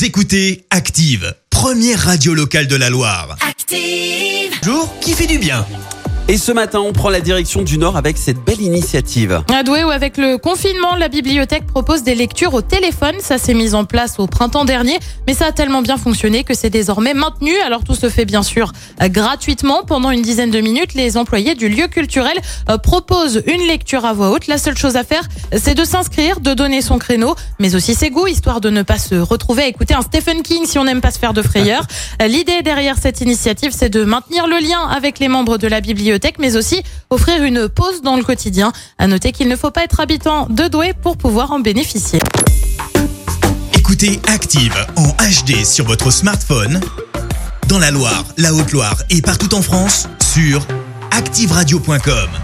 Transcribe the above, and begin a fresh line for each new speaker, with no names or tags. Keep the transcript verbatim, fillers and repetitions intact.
Vous écoutez Active, première radio locale de la Loire.
Active.
Jour qui fait du bien.
Et ce matin, on prend la direction du Nord avec cette belle initiative.
À Douai, où avec le confinement, la bibliothèque propose des lectures au téléphone. Ça s'est mis en place au printemps dernier, mais ça a tellement bien fonctionné que c'est désormais maintenu. Alors tout se fait bien sûr gratuitement. Pendant une dizaine de minutes, les employés du lieu culturel proposent une lecture à voix haute. La seule chose à faire, c'est de s'inscrire, de donner son créneau, mais aussi ses goûts, histoire de ne pas se retrouver à écouter un Stephen King si on n'aime pas se faire de frayeur. L'idée derrière cette initiative, c'est de maintenir le lien avec les membres de la bibliothèque, mais aussi offrir une pause dans le quotidien. À noter qu'il ne faut pas être habitant de Douai pour pouvoir en bénéficier.
Écoutez Active en H D sur votre smartphone, dans la Loire, la Haute-Loire et partout en France, sur active radio point com.